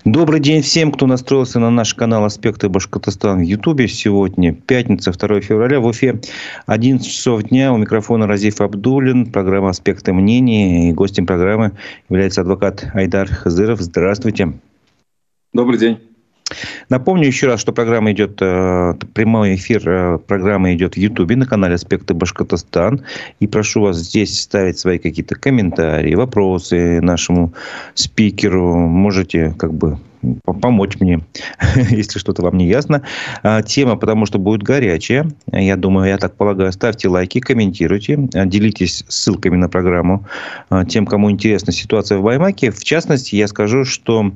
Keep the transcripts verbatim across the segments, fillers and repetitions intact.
Добрый день всем, кто настроился на наш канал «Аспекты Башкортостана» в Ютубе. Сегодня пятница, второе февраля. В Уфе одиннадцать часов дня. У микрофона Разиф Абдуллин. Программа «Аспекты мнений». И гостем программы является адвокат Айдар Хызыров. Здравствуйте. Добрый день. Напомню еще раз, что программа идет, прямой эфир программы идет в Ютубе на канале «Аспекты Башкортостан». И прошу вас здесь ставить свои какие-то комментарии, вопросы нашему спикеру. Можете как бы помочь мне, если что-то вам не ясно. Тема, потому что будет горячая. Я думаю, я так полагаю. Ставьте лайки, комментируйте. Делитесь ссылками на программу тем, кому интересна ситуация в Баймаке. В частности, я скажу, что...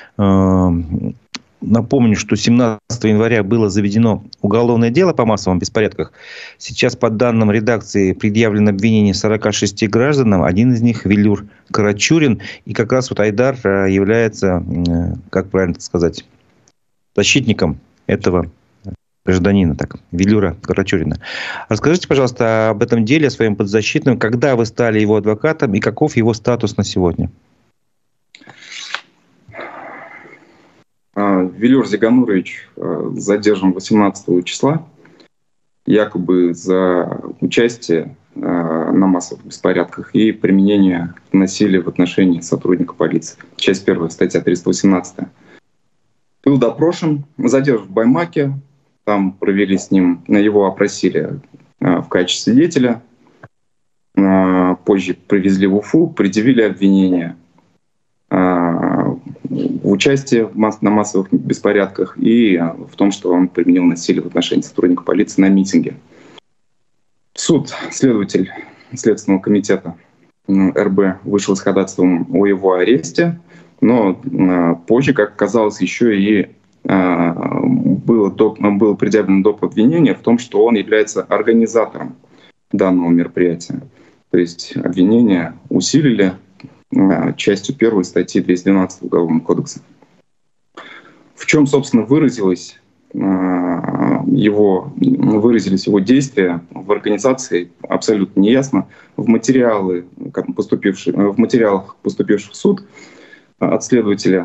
Напомню, что семнадцатого января было заведено уголовное дело по массовым беспорядкам. Сейчас, по данным редакции, предъявлено обвинение сорока шести гражданам. Один из них Велюр Карачурин. И как раз вот Айдар является, как правильно сказать, защитником этого гражданина, так, Велюра Карачурина. Расскажите, пожалуйста, об этом деле, о своем подзащитном. Когда вы стали его адвокатом и каков его статус на сегодня? Велюр Зиганурович задержан восемнадцатого числа, якобы за участие на массовых беспорядках и применение насилия в отношении сотрудника полиции. Часть первая, статья триста восемнадцать. Был допрошен, задержан в Баймаке, там провели с ним, его опросили в качестве свидетеля, позже привезли в Уфу, предъявили обвинение в участии на массовых беспорядках и в том, что он применил насилие в отношении сотрудника полиции на митинге. Суд, следователь Следственного комитета эр бэ вышел с ходатайством о его аресте, но позже, как оказалось, еще и было, доп, было предъявлено доп. Обвинение в том, что он является организатором данного мероприятия. То есть обвинения усилили частью первой статьи двести двенадцать Уголовного кодекса. В чем, собственно, выразилось его, выразились его действия в организации, абсолютно неясно. В, материалы, поступившие, в материалах, поступивших в суд от следователя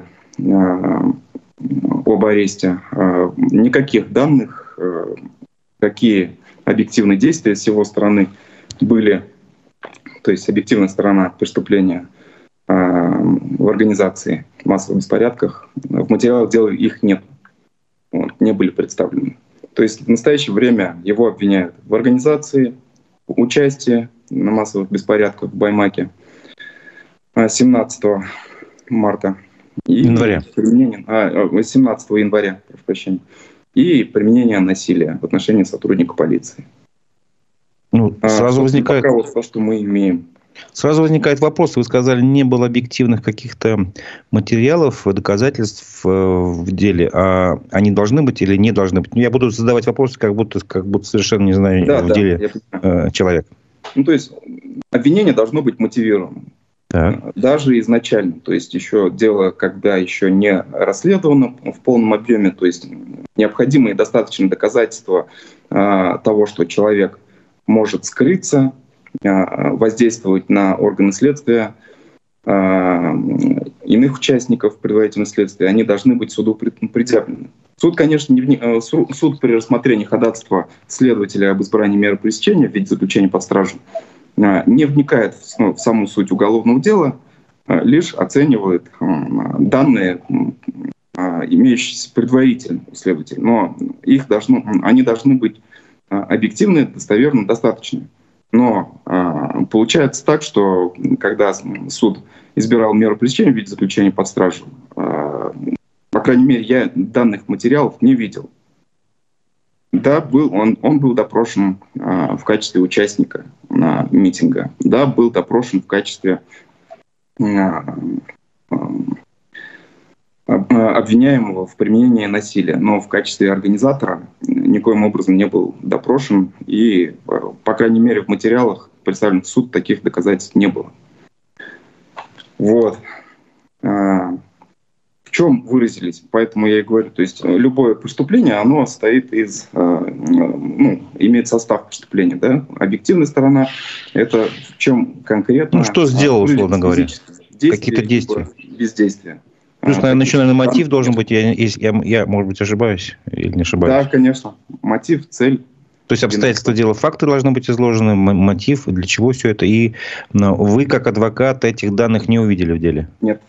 об аресте, никаких данных, какие объективные действия с его стороны были, то есть объективная сторона преступления в организации массовых беспорядках, в материалах дела их нет, вот, не были представлены. То есть в настоящее время его обвиняют в организации, участии на массовых беспорядках в Баймаке семнадцатого марта. И января. А, семнадцатого января, прошу прощения. И применение насилия в отношении сотрудника полиции. Ну, сразу а, возникает... Пока вот то, что мы имеем. Сразу возникает вопрос. Вы сказали, не было объективных каких-то материалов, доказательств в деле. А они должны быть или не должны быть? Я буду задавать вопросы, как будто, как будто совершенно не знаю да, в да, деле человека. Ну, то есть обвинение должно быть мотивированным. Так. Даже изначально. То есть еще дело, когда еще не расследовано в полном объеме, то есть необходимые достаточно доказательства а, того, что человек может скрыться, воздействовать на органы следствия, иных участников предварительного следствия, они должны быть суду предъявлены. Суд, конечно, не, суд при рассмотрении ходатайства следователя об избрании меры пресечения в виде заключения под стражу не вникает в саму суть уголовного дела, лишь оценивает данные, имеющиеся предварительно у следователя. Но их должно, они должны быть объективны, достоверны, достаточны. Но э, получается так, что когда суд избирал меру пресечения в виде заключения под стражу, э, по крайней мере, я данных материалов не видел. Да, был, он, он был допрошен э, в качестве участника э, митинга. Да, был допрошен в качестве э, э, обвиняемого в применении насилия, но в качестве организатора никоим образом не был допрошен, и, по крайней мере, в материалах, представленных в суд, таких доказательств не было. Вот. В чем выразились? Поэтому я и говорю, то есть любое преступление, оно состоит из, ну, имеет состав преступления, да? Объективная сторона — это в чем конкретно... Ну, что сделал, условно говоря? Действия, какие-то действия? Бездействия. Плюс, наверное, еще, наверное, мотив должен быть. Я, я, я, может быть, ошибаюсь или не ошибаюсь? Да, конечно. Мотив, цель. То есть обстоятельства дела, факты должны быть изложены, мотив, для чего все это. И вы, как адвокат, этих данных не увидели в деле? Нет.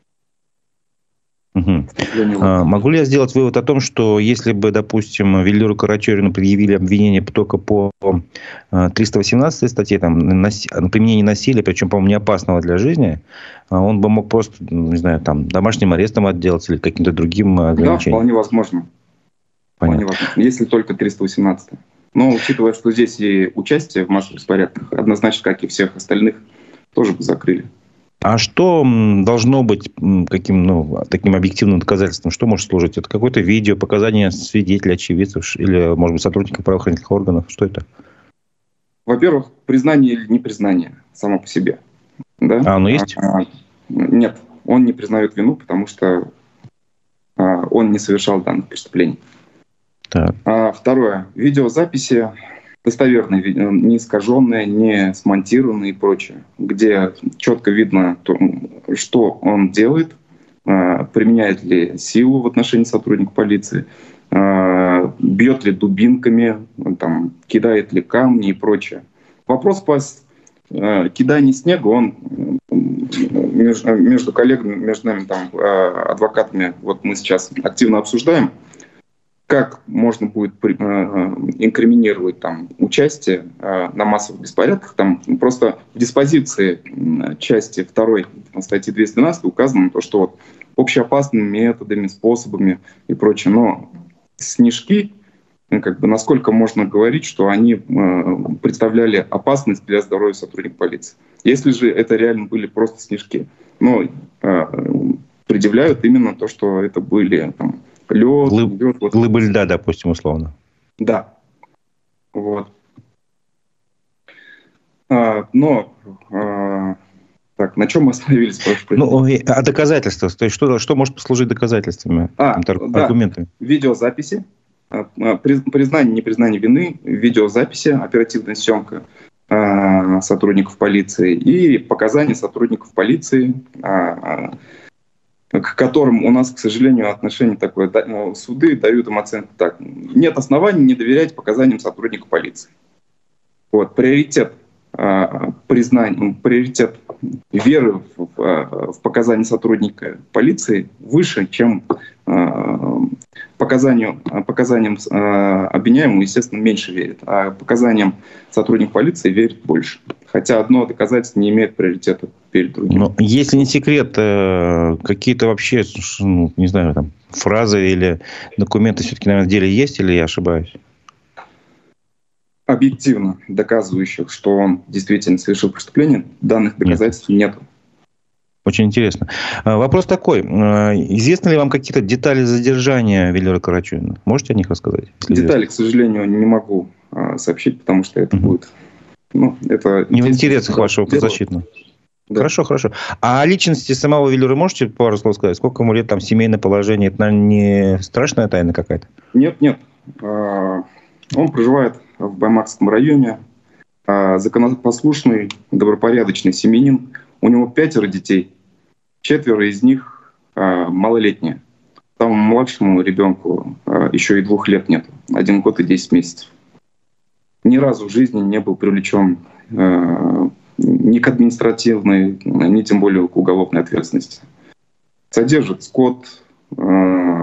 Угу. А, могу ли я сделать вывод о том, что если бы, допустим, Веллиору Карачерину предъявили обвинение только по триста восемнадцатой статье, там, наси... применение насилия, причем, по-моему, не опасного для жизни, он бы мог просто, не знаю, там, домашним арестом отделаться или каким-то другим ограничением? Да, вполне возможно. Вполне возможно. Если только триста восемнадцатая. Но учитывая, что здесь и участие в массовых беспорядках, однозначно, как и всех остальных, тоже бы закрыли. А что должно быть каким, ну, таким объективным доказательством? Что может служить? Это какое-то видео, показания свидетелей, очевидцев или, может быть, сотрудников правоохранительных органов? Что это? Во-первых, признание или непризнание само по себе. Да? А, оно есть? А, нет, он не признает вину, потому что а, он не совершал данных преступлений. Так. А, второе. Видеозаписи достоверные, не искаженные, не смонтированные и прочее, где четко видно, что он делает, применяет ли силу в отношении сотрудника полиции, бьет ли дубинками, там, кидает ли камни и прочее. Вопрос по киданию снега, он между коллегами, между нами, там, адвокатами, вот мы сейчас активно обсуждаем, как можно будет э, инкриминировать там, участие э, на массовых беспорядках. Там просто в диспозиции э, части второй статьи двести двенадцать указано, то, что вот, общеопасными методами, способами и прочее. Но снежки, ну, как бы, насколько можно говорить, что они э, представляли опасность для здоровья сотрудников полиции. Если же это реально были просто снежки, но э, предъявляют именно то, что это были... Там, лед, Глыб, лед, вот. Глыбы льда, допустим, условно. Да. Вот. А, но а, так, на чем мы остановились? Ну, а доказательства? То есть, что, что может послужить доказательствами? А, да. Аргументами? Видеозаписи, признание, непризнание вины, видеозаписи, оперативная съемка а, сотрудников полиции и показания сотрудников полиции, а, к которым у нас, к сожалению, отношение такое. Суды дают им оценку так. Нет оснований не доверять показаниям сотрудника полиции. Вот. Приоритет э, признания, приоритет веры в, в, в показания сотрудника полиции выше, чем э, показанию, показаниям э, обвиняемому, естественно, меньше верит. А показаниям сотрудника полиции верит больше. Хотя одно доказательство не имеет приоритета перед другим. Но если не секрет, какие-то вообще, ну, не знаю, там, фразы или документы все-таки, наверное, в деле есть, или я ошибаюсь? Объективно доказывающих, что он действительно совершил преступление, данных доказательств нет. нету. Очень интересно. Вопрос такой. Известны ли вам какие-то детали задержания Веллиора Карачерина? Можете о них рассказать? Детали, к сожалению, не могу сообщить, потому что это угу. будет... Ну, это не в интересах вашего подзащитного. Да. Хорошо, хорошо. А о личности самого Веллиора можете пару слов сказать? Сколько ему лет, там, семейное положение? Это, наверное, не страшная тайна какая-то? Нет, нет. Он проживает в Баймакском районе. Законопослушный, добропорядочный семьянин. У него пятеро детей. Четверо из них малолетние. Самому младшему ребенку еще и двух лет нет. Один год и десять месяцев. Ни разу в жизни не был привлечен э, ни к административной, ни тем более к уголовной ответственности. Содержит скот, э,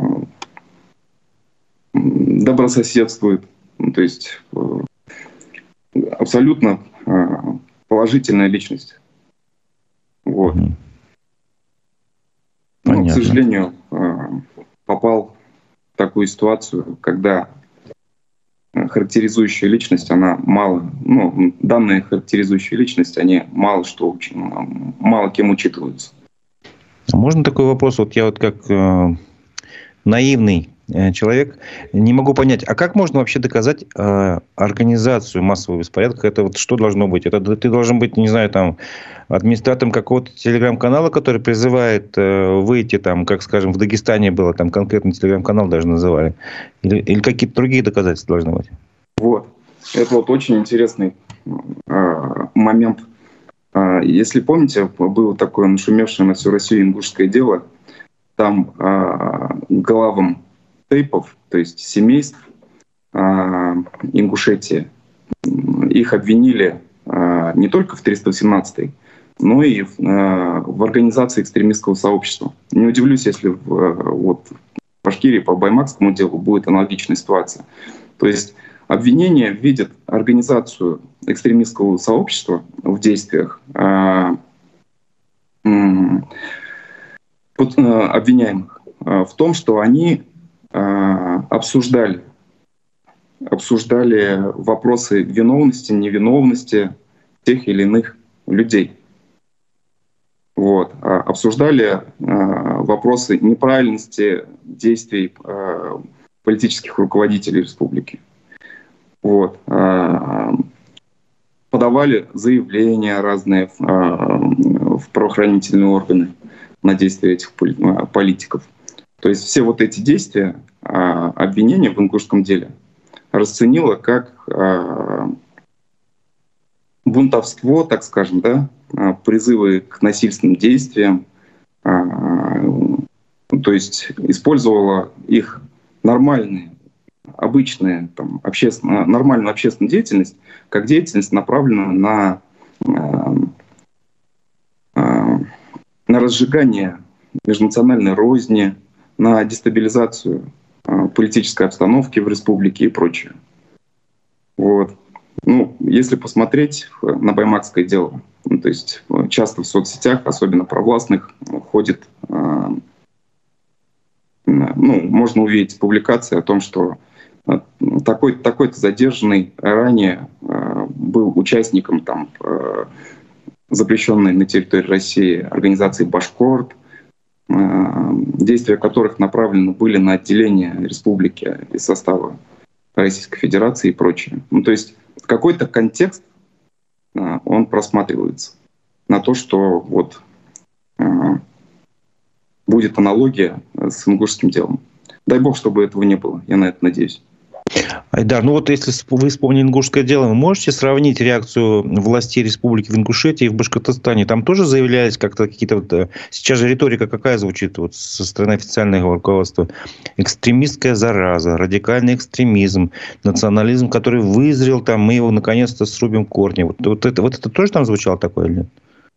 добрососедствует. Ну, то есть э, абсолютно э, положительная личность. Вот. Но, к сожалению, э, попал в такую ситуацию, когда характеризующая личность, она мало, ну, данные характеризующие личность, они мало что, мало кем учитываются. Можно такой вопрос? Вот я вот как э, наивный э, человек не могу понять, а как можно вообще доказать э, организацию массового беспорядка? Это вот что должно быть? Это ты должен быть, не знаю, там, администратором какого-то телеграм-канала, который призывает э, выйти, там, как, скажем, в Дагестане было, там конкретный телеграм-канал даже называли. Или, или какие-то другие доказательства должны быть? Вот. Это вот очень интересный э, момент. Э, если помните, было такое нашумевшее на всю Россию ингушское дело, там главам тейпов, то есть семейств Ингушетии, их обвинили не только в триста восемнадцатой, но и в, в организации экстремистского сообщества. Не удивлюсь, если в, вот, в Башкирии по баймакскому делу будет аналогичная ситуация. То есть обвинение видит организацию экстремистского сообщества в действиях э, э, обвиняемых э, в том, что они э, обсуждали, обсуждали вопросы виновности, невиновности тех или иных людей. Вот. Обсуждали э, вопросы неправильности действий э, политических руководителей республики. Вот. Э, подавали заявления разные в, э, в правоохранительные органы на действия этих политиков. То есть все вот эти действия, э, обвинения в ингушском деле расценило как э, бунтовство, так скажем, да, призывы к насильственным действиям, то есть использовала их нормальные, обычные, там, общественно, нормальную общественную деятельность как деятельность, направленную на, на разжигание межнациональной розни, на дестабилизацию политической обстановки в республике и прочее. Вот. Ну, если посмотреть на баймакское дело, ну, то есть часто в соцсетях, особенно провластных, ходит, э, ну, можно увидеть публикации о том, что такой, такой-то задержанный ранее э, был участником там, э, запрещенной на территории России организации «Башкорт», э, действия которых направлены были на отделение республики из состава Российской Федерации и прочее. Ну, то есть какой-то контекст, он просматривается на то, что вот будет аналогия с ингушским делом. Дай бог, чтобы этого не было. Я на это надеюсь. Айдар, ну вот если вы вспомнили ингушское дело, вы можете сравнить реакцию властей республики в Ингушетии и в Башкортостане? Там тоже заявлялись как-то какие-то... Вот, сейчас же риторика какая звучит вот со стороны официального руководства? Экстремистская зараза, радикальный экстремизм, национализм, который вызрел, там, мы его наконец-то срубим корни. Вот, вот, это, вот это тоже там звучало такое или нет?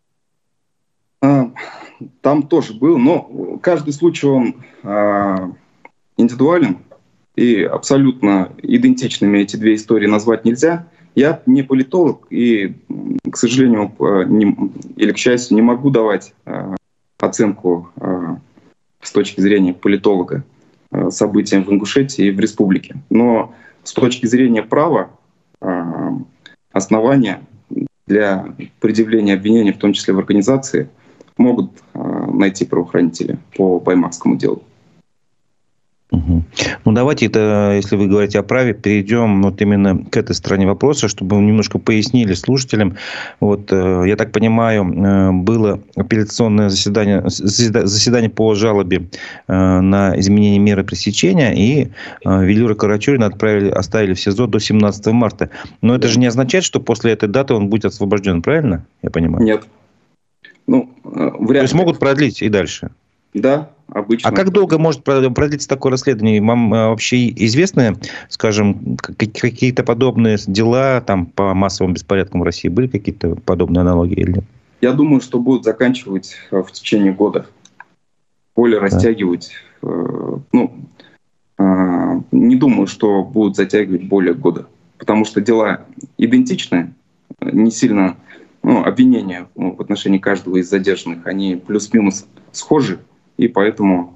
А, там тоже был, но каждый случай, он а, индивидуален. И абсолютно идентичными эти две истории назвать нельзя. Я не политолог и, к сожалению, не, или к счастью, не могу давать э, оценку э, с точки зрения политолога э, событиям в Ингушетии и в республике. Но с точки зрения права э, основания для предъявления обвинений, в том числе в организации, могут э, найти правоохранители по баймакскому делу. Угу. Ну, давайте, это, если вы говорите о праве, перейдем вот именно к этой стороне вопроса, чтобы мы немножко пояснили слушателям. Вот, я так понимаю, было апелляционное заседание, заседание по жалобе на изменение меры пресечения, и Велюра Карачурина отправили, оставили в СИЗО до семнадцатого марта. Но это же не означает, что после этой даты он будет освобожден, правильно? Я понимаю. Нет. Ну, вряд ли. То есть могут продлить и дальше? Да, обычно. А как долго может продлиться такое расследование? Вам вообще известны, скажем, какие-то подобные дела там, по массовым беспорядкам в России? Были какие-то подобные аналогии или нет? Я думаю, что будут заканчивать в течение года. Более да. растягивать. Ну, не думаю, что будут затягивать более года. Потому что дела идентичные, не сильно... Ну, обвинения в отношении каждого из задержанных, они плюс-минус схожи. И поэтому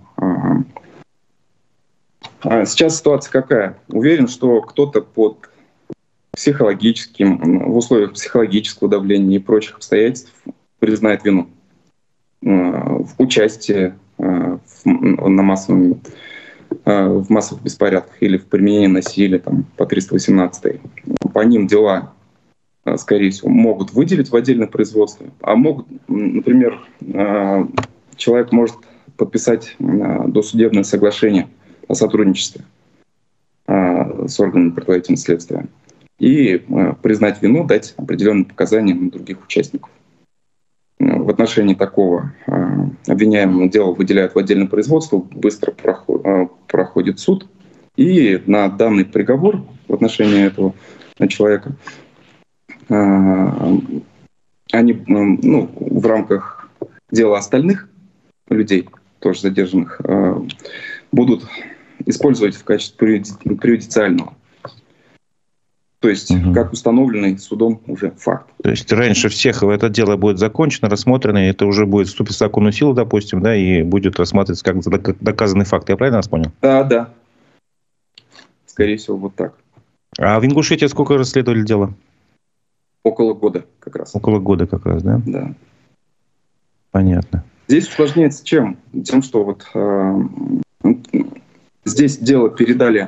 э, сейчас ситуация какая? Уверен, что кто-то под психологическим, в условиях психологического давления и прочих обстоятельств признает вину э, в участии э, в, на массовом, э, в массовых беспорядках или в применении насилия там, по триста восемнадцатой. По ним дела, э, скорее всего, могут выделить в отдельное производство, а могут, например, э, человек может подписать досудебное соглашение о сотрудничестве с органами предварительного следствия и признать вину, дать определенные показания на других участников. в отношении такого обвиняемого дело выделяют в отдельное производство, быстро проходит суд, и на данный приговор в отношении этого человека они, ну, в рамках дела остальных людей, тоже задержанных, будут использовать в качестве преюдициального. То есть, угу. как установленный судом уже факт. То есть, раньше всех это дело будет закончено, рассмотрено, и это уже будет вступить в законную силу, допустим, да, и будет рассматриваться как доказанный факт. Я правильно вас понял? Да, да. Скорее всего, вот так. А в Ингушетии сколько расследовали дело? Около года как раз. Около года как раз, да? Да. Понятно. Здесь усложняется чем? Тем, что вот э, здесь дело передали...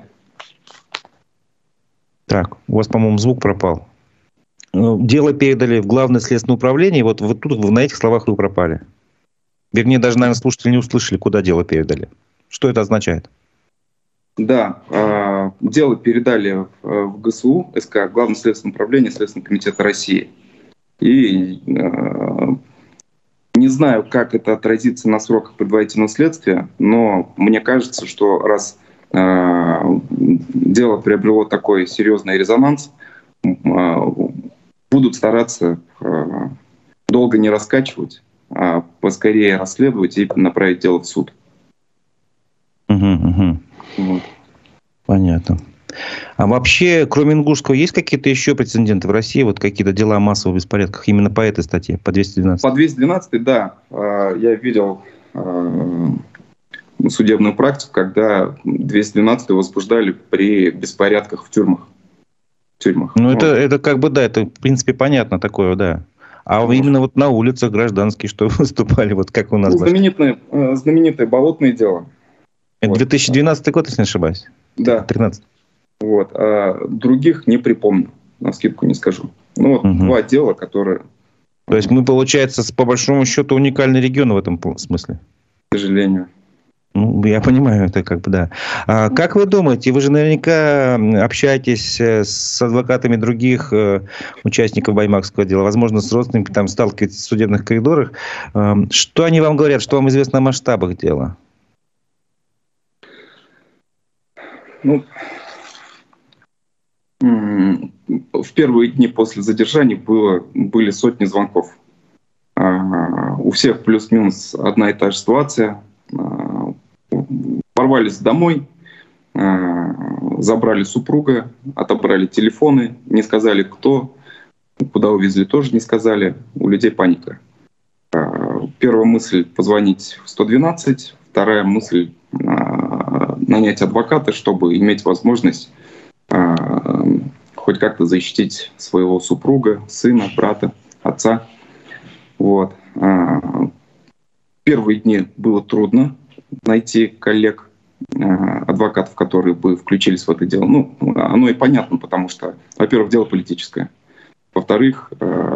Так, у вас, по-моему, звук пропал. Дело передали в Главное следственное управление, и вот, вот тут на этих словах вы пропали. Вернее, даже, наверное, слушатели не услышали, куда дело передали. Что это означает? Да, э, дело передали в ГСУ, СК, Главное следственное управление Следственного комитета России. И э, не знаю, как это отразится на сроках предварительного следствия, но мне кажется, что раз э, дело приобрело такой серьезный резонанс, э, будут стараться э, долго не раскачивать, а поскорее расследовать и направить дело в суд. Угу, угу. Вот. Понятно. А вообще, кроме Ингушского, есть какие-то еще прецеденты в России? Вот какие-то дела о массовых беспорядках именно по этой статье, по двести двенадцать? По двести двенадцать, да. Я видел судебную практику, когда двести двенадцать возбуждали при беспорядках в тюрьмах. В тюрьмах. Ну, это, это как бы, да, это в принципе понятно такое, да. А ну, именно вот на улицах гражданские, что выступали, вот как у нас... Ну, знаменитое, знаменитое болотное дело. Это вот. две тысячи двенадцатый год, если не ошибаюсь? Да. тринадцатый. Вот. А других не припомню, навскидку не скажу. Ну, вот угу. два дела, которые... То есть мы, получается, по большому счету уникальный регион в этом смысле? К сожалению. Ну, я понимаю, это как бы да. А как вы думаете, вы же наверняка общаетесь с адвокатами других участников баймакского дела, возможно, с родственниками, там сталкиваетесь в судебных коридорах. Что они вам говорят, что вам известно о масштабах дела? Ну, в первые дни после задержания было, были сотни звонков. У всех плюс-минус одна и та же ситуация. Ворвались домой, забрали супруга, отобрали телефоны, не сказали кто, куда увезли тоже не сказали. У людей паника. Первая мысль — позвонить в сто двенадцать, вторая мысль — нанять адвоката, чтобы иметь возможность хоть как-то защитить своего супруга, сына, брата, отца. Вот. Первые дни было трудно найти коллег, адвокатов, которые бы включились в это дело. Ну, оно и понятно, потому что, во-первых, дело политическое. Во-вторых,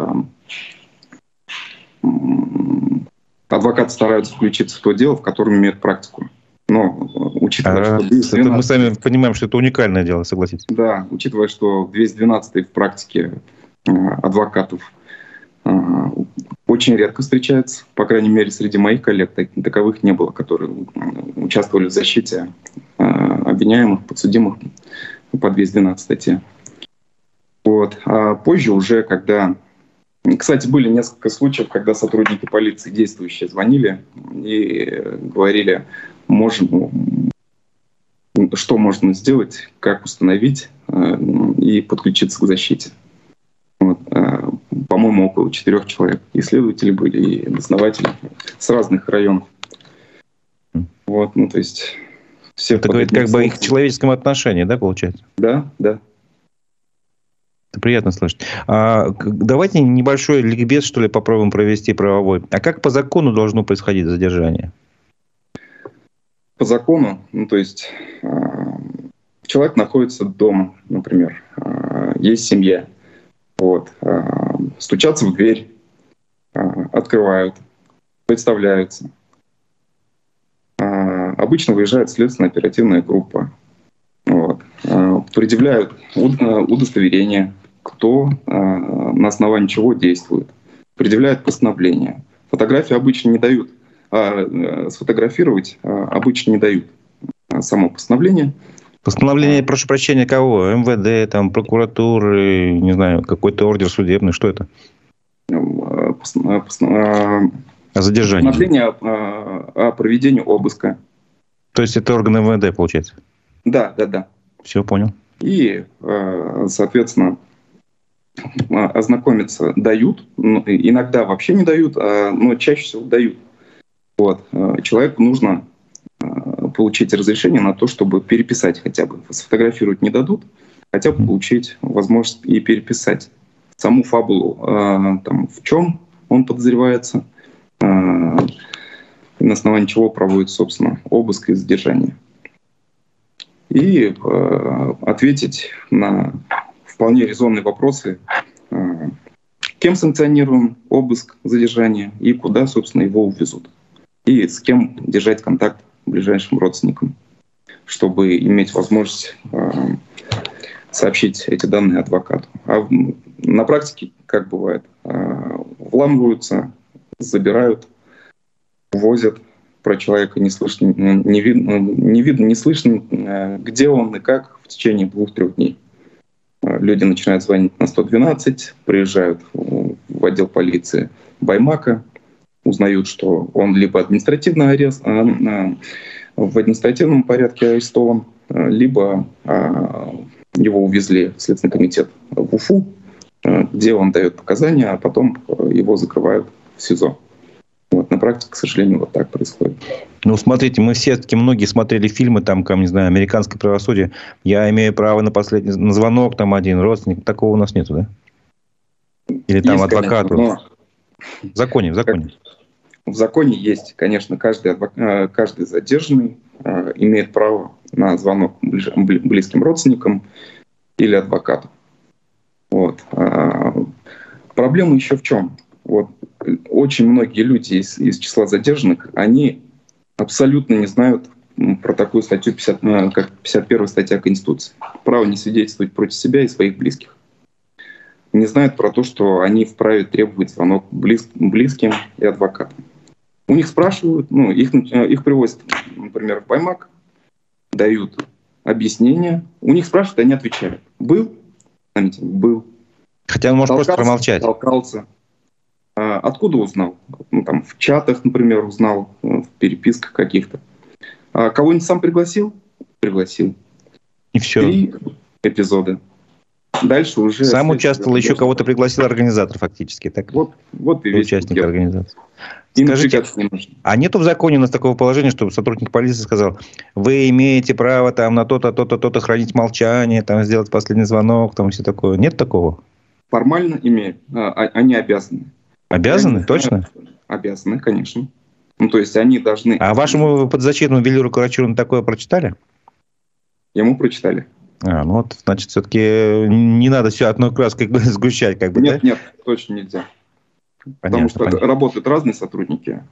адвокаты стараются включиться в то дело, в котором имеют практику. Но учитывая, а, что двести двенадцать... Мы сами понимаем, что это уникальное дело, согласитесь. Да, учитывая, что двести двенадцать в практике э, адвокатов э, очень редко встречается, по крайней мере, среди моих коллег так, таковых не было, которые участвовали в защите э, обвиняемых, подсудимых по двести двенадцать статье. Вот. А позже уже, когда... Кстати, были несколько случаев, когда сотрудники полиции действующие звонили и говорили, можем, что можно сделать, как установить э, и подключиться к защите. Вот, э, по-моему, около четырех человек. Исследователи были, и дознаватели с разных районов. Вот, ну, то есть... Все это говорит как бы о их человеческом отношении, да, получается? Да, да. Это приятно слышать. А, давайте небольшой ликбез, что ли, попробуем провести правовой. А как по закону должно происходить задержание? По закону, ну, то есть э, человек находится дома, например, э, есть семья, вот, э, стучатся в дверь, э, открывают, представляются. Э, обычно выезжает следственная оперативная группа, вот, э, предъявляют удостоверение, кто, э, на основании чего действует, предъявляют постановление. Фотографии обычно не дают. А сфотографировать обычно не дают. Само постановление. Постановление, прошу прощения, кого? эм вэ дэ, там, прокуратуры, не знаю, какой-то ордер судебный, что это? Постанов... Постанов... О задержании. Постановление о, о проведении обыска. То есть это орган эм вэ дэ, получается? Да, да, да. Все, понял. И, соответственно, ознакомиться дают. Иногда вообще не дают, но чаще всего дают. Вот. Человеку нужно получить разрешение на то, чтобы переписать хотя бы. Сфотографировать не дадут, хотя бы получить возможность и переписать саму фабулу, там, в чем он подозревается, на основании чего проводится, собственно, обыск и задержание. И ответить на вполне резонные вопросы, кем санкционируем обыск, задержание и куда, собственно, его увезут. И с кем держать контакт ближайшим родственникам, чтобы иметь возможность э, сообщить эти данные адвокату. А на практике, как бывает, э, вламываются, забирают, увозят, про человека не слышно, не видно, не видно, не слышно, э, где он и как в течение двух-трех дней. Э, люди начинают звонить на сто двенадцать, приезжают в, в отдел полиции Баймака, узнают, что он либо административно арест, а, а, в административном порядке арестован, а, либо а, его увезли в Следственный комитет в Уфу, а, где он дает показания, а потом его закрывают в СИЗО. Вот, на практике, к сожалению, вот так происходит. Ну, смотрите, мы все-таки, многие смотрели фильмы, там, как, не знаю, «Американское правосудие». Я имею право на последний на звонок, там, один родственник. Такого у нас нету, да? Или там есть, адвокат? Конечно, но... В законе, в законе. В законе есть, конечно, каждый, адвок... каждый задержанный э, имеет право на звонок ближ... близким родственникам или адвокату. Вот. А, проблема еще в чем? Вот. Очень многие люди из, из числа задержанных, они абсолютно не знают про такую статью, пятьдесят, как пятьдесят первая статья Конституции. Право не свидетельствовать против себя и своих близких. Не знают про то, что они вправе требовать звонок близ, близким и адвокатам. У них спрашивают, ну, их, их привозят, например, в Баймак, дают объяснения, у них спрашивают, они отвечают. Был? Знаете, был. Хотя он может толкался, просто промолчать. Толкался. А, откуда узнал? Ну, там, в чатах, например, узнал, в переписках каких-то. А кого-нибудь сам пригласил? Пригласил. И все. Три эпизода. Дальше уже... Сам участвовал, еще кого-то пригласил организатор фактически. Так? Вот, вот и весь участник организации. Скажите, а нету в законе у нас такого положения, чтобы сотрудник полиции сказал, вы имеете право там на то-то, то-то, то-то хранить молчание, там сделать последний звонок, там все такое. Нет такого? Формально имеют. А, они обязаны. Обязаны? Они, точно? Обязаны, конечно. Ну, то есть они должны... А вашему подзащитному Велиру Карачуну такое прочитали? Ему прочитали. А, ну вот, значит, все-таки не надо все одной краской сгущать, как бы, нет, да? Нет, точно нельзя. Понятно, потому что понятно. Работают разные сотрудники.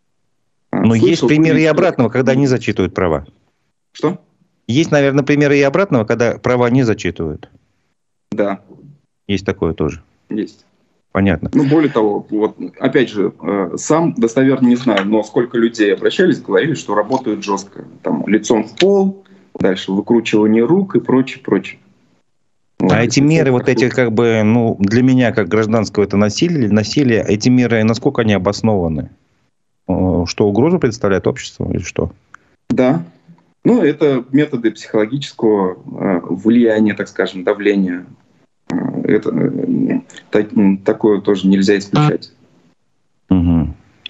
Но Слышал, есть примеры и обратного, когда не зачитывают права. Что? Есть, наверное, примеры и обратного, когда права не зачитывают. Да. Есть такое тоже. Есть. Понятно. Ну, более того, вот, опять же, сам достоверно не знаю, но сколько людей обращались, говорили, что работают жестко. Там, лицом в пол, дальше выкручивание рук и прочее, прочее. Вот. А эти меры, вот эти, как бы, ну, для меня, как гражданского это насилие, насилие, эти меры, насколько они обоснованы? Что, угрозу представляет обществу или что? Да. Ну, это методы психологического влияния, так скажем, давления. Это, так, такое тоже нельзя исключать. Угу.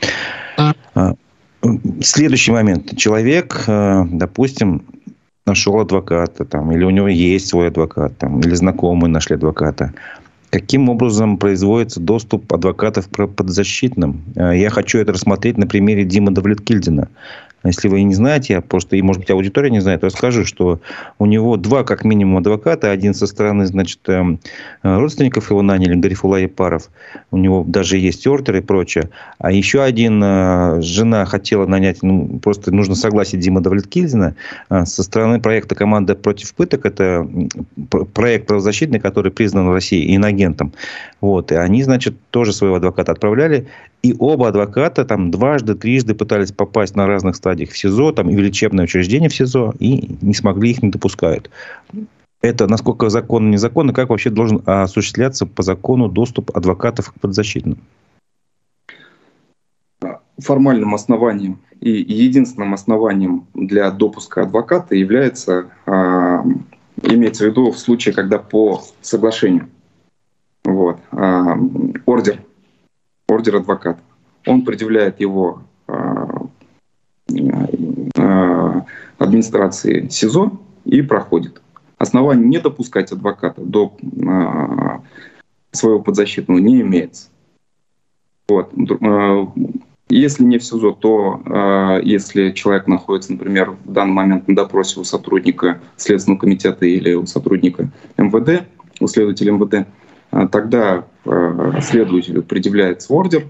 Следующий момент. Человек, допустим, нашел адвоката, там, или у него есть свой адвокат, там, или знакомые нашли адвоката. Каким образом производится доступ адвокатов к подзащитным? Я хочу это рассмотреть на примере Димы Давлеткильдина. Если вы не знаете, я просто, и может быть аудитория не знает, расскажу, что у него два как минимум адвоката. Один со стороны, значит, родственников его наняли, Гарифулла Епаров. У него даже есть ордер и прочее. А еще один, жена хотела нанять, ну, просто нужно согласие Димы Давлеткильдина со стороны проекта «Команда против пыток». Это проект правозащитный, который признан в России инагентом. Вот. И они, значит, тоже своего адвоката отправляли. И оба адвоката там дважды, трижды пытались попасть на разных стадиях в СИЗО, там и в лечебное учреждение в СИЗО, и не смогли, их не допускают. Это насколько законно, незаконно, как вообще должен осуществляться по закону доступ адвокатов к подзащитным? Формальным основанием и единственным основанием для допуска адвоката является, а, имеется в виду в случае, когда по соглашению. Вот, а, ордер, ордер адвоката. Он предъявляет его а, а, администрации СИЗО и проходит. Оснований не допускать адвоката до а, своего подзащитного не имеется. Вот. Если не в СИЗО, то э, если человек находится, например, в данный момент на допросе у сотрудника Следственного комитета или у сотрудника эм вэ дэ, у следователя эм вэ дэ, э, тогда э, следователю предъявляется ордер,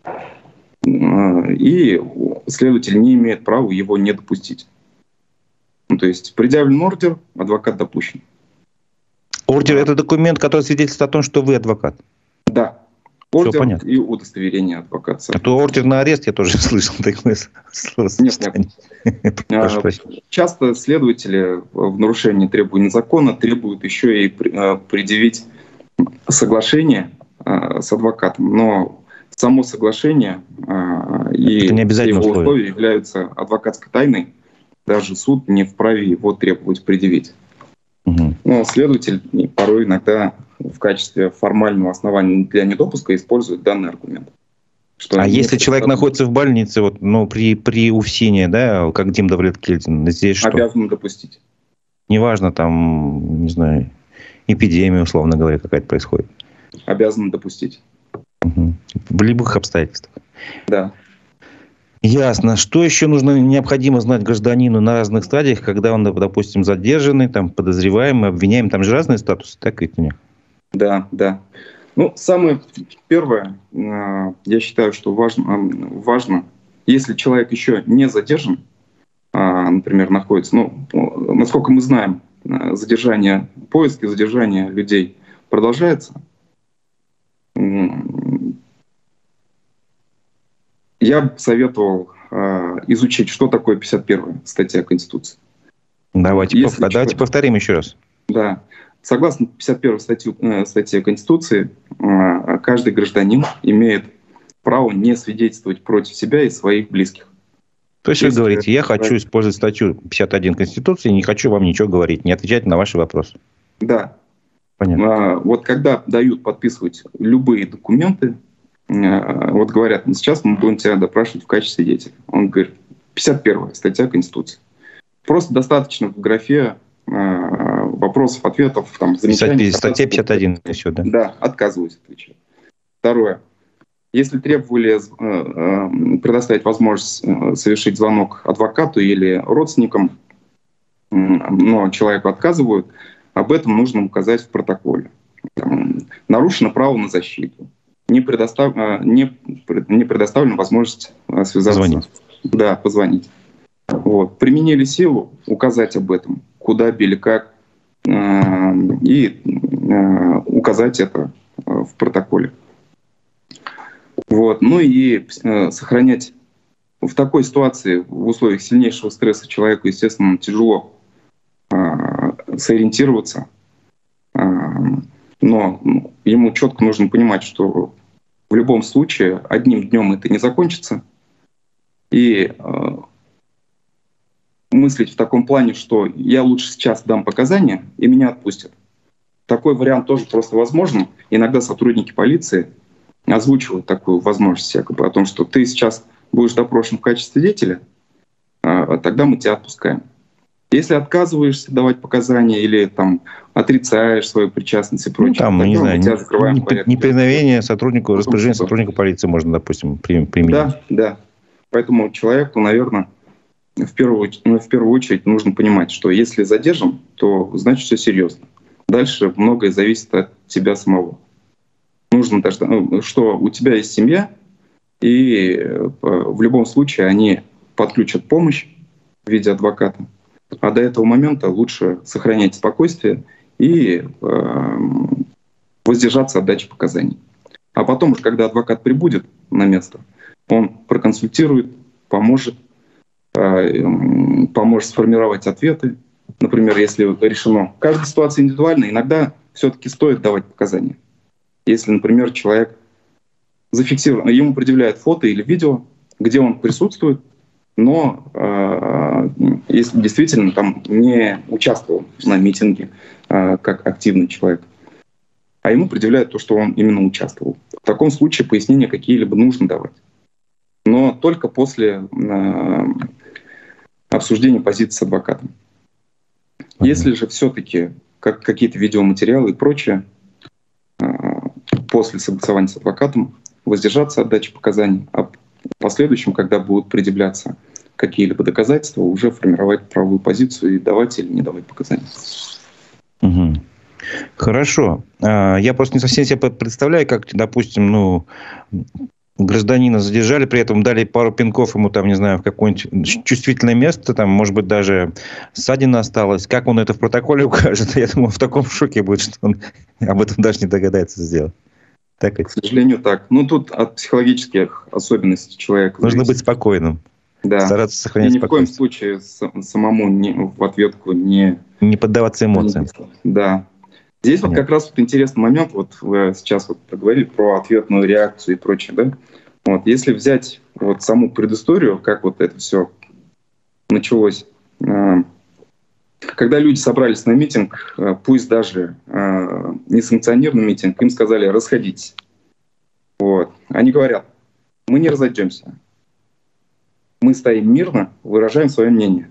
э, и следователь не имеет права его не допустить. Ну, то есть предъявлен ордер, адвокат допущен. Ордер — это документ, который свидетельствует о том, что вы адвокат? Да. Ордер и удостоверение адвоката. А то ордер на арест, я тоже слышал такое слово. Нет, нет. Часто следователи в нарушении требований закона требуют еще и предъявить соглашение с адвокатом. Но само соглашение и его условия являются адвокатской тайной. Даже суд не вправе его требовать предъявить. Угу. Но следователь порой иногда в качестве формального основания для недопуска использует данный аргумент. Что а если человек находится в больнице, вот, ну, при, при УФСИНе, да, как Дим Давлеткельдин, здесь что? Обязан допустить. Неважно, там, не знаю, эпидемия, условно говоря, какая-то происходит. Обязан допустить. Угу. В любых обстоятельствах. Да. Ясно. Что еще нужно, необходимо знать гражданину на разных стадиях, когда он, допустим, задержанный, там, подозреваемый, обвиняемый? Там же разные статусы, так ведь нет? Да, да. Ну, самое первое, я считаю, что важно, важно, если человек еще не задержан, например, находится, ну, насколько мы знаем, задержание, поиски задержания людей продолжается. Я бы советовал изучить, что такое пятьдесят первая статья Конституции. Давайте, пов... человек... Давайте повторим еще раз. Да. Согласно пятьдесят первой статью, э, статье Конституции, э, каждый гражданин имеет право не свидетельствовать против себя и своих близких. То есть Если вы говорите, я хочу правильно. использовать статью пятьдесят один Конституции, не хочу вам ничего говорить, не отвечать на ваши вопросы. Да. Понятно. Э, вот когда дают подписывать любые документы, э, вот говорят, сейчас мы будем тебя допрашивать в качестве свидетеля. Он говорит, пятьдесят первая статья Конституции. Просто достаточно в графе вопросов, ответов, там, замечаний. Статья пятьдесят один. Еще, да? Да, отказываюсь отвечать. Второе. Если требовали предоставить возможность совершить звонок адвокату или родственникам, но человеку отказывают, об этом нужно указать в протоколе. Там, нарушено право на защиту. Не, предостав... не, не предоставлена возможность связаться. Позвонить. Да, позвонить. Вот. Применили силу, указать об этом, куда били, как, э, и э, указать это в протоколе. Вот. Ну и э, сохранять в такой ситуации, в условиях сильнейшего стресса человеку, естественно, тяжело э, сориентироваться, э, но ему четко нужно понимать, что в любом случае одним днем это не закончится, и э, мыслить в таком плане, что я лучше сейчас дам показания, и меня отпустят. Такой вариант тоже просто возможен. Иногда сотрудники полиции озвучивают такую возможность якобы о том, что ты сейчас будешь допрошен в качестве свидетеля, а тогда мы тебя отпускаем. Если отказываешься давать показания или там отрицаешь свою причастность и прочее, ну, там, тогда не мы знаю, тебя закрываем в порядке. Неповиновение сотруднику, распоряжение сотрудника полиции можно, допустим, применить. Да, да. Поэтому человеку, наверное, В первую, ну, в первую очередь нужно понимать, что если задержан, то значит все серьезно. Дальше многое зависит от тебя самого. Нужно, что у тебя есть семья, и в любом случае они подключат помощь в виде адвоката. А до этого момента лучше сохранять спокойствие и э, воздержаться от дачи показаний. А потом уж, когда адвокат прибудет на место, он проконсультирует, поможет, поможет сформировать ответы. Например, если решено. Каждая ситуация индивидуальна, иногда все-таки стоит давать показания. Если, например, человек зафиксирован, ему предъявляют фото или видео, где он присутствует, но э, если действительно там не участвовал на митинге э, как активный человек, а ему предъявляют то, что он именно участвовал. В таком случае пояснения какие-либо нужно давать. Но только после э, обсуждения позиции с адвокатом. Mm-hmm. Если же все-таки как, какие-то видеоматериалы и прочее, э, после согласования с адвокатом воздержаться от дачи показаний, а в последующем, когда будут предъявляться какие-либо доказательства, уже формировать правовую позицию и давать или не давать показания. Угу. Хорошо. Я просто не совсем себе представляю, как, допустим, ну, гражданина задержали, при этом дали пару пинков ему, там, не знаю, в какое-нибудь чувствительное место, там, может быть, даже ссадина осталась. Как он это в протоколе укажет? Я думаю, в таком шоке будет, что он об этом даже не догадается сделать. Так ведь? К сожалению, так. Ну, тут от психологических особенностей человека нужно зависит. быть спокойным. Да. Стараться сохранять и ни в коем спокойствие. случае самому не, в ответку не... Не поддаваться эмоциям. Да. Здесь Понятно. Вот как раз вот интересный момент, вот вы сейчас вот проговорили про ответную реакцию и прочее, да? Вот, если взять вот саму предысторию, как вот это все началось, когда люди собрались на митинг, пусть даже несанкционированный митинг, им сказали: расходитесь. Вот. Они говорят: мы не разойдемся. Мы стоим мирно, выражаем свое мнение.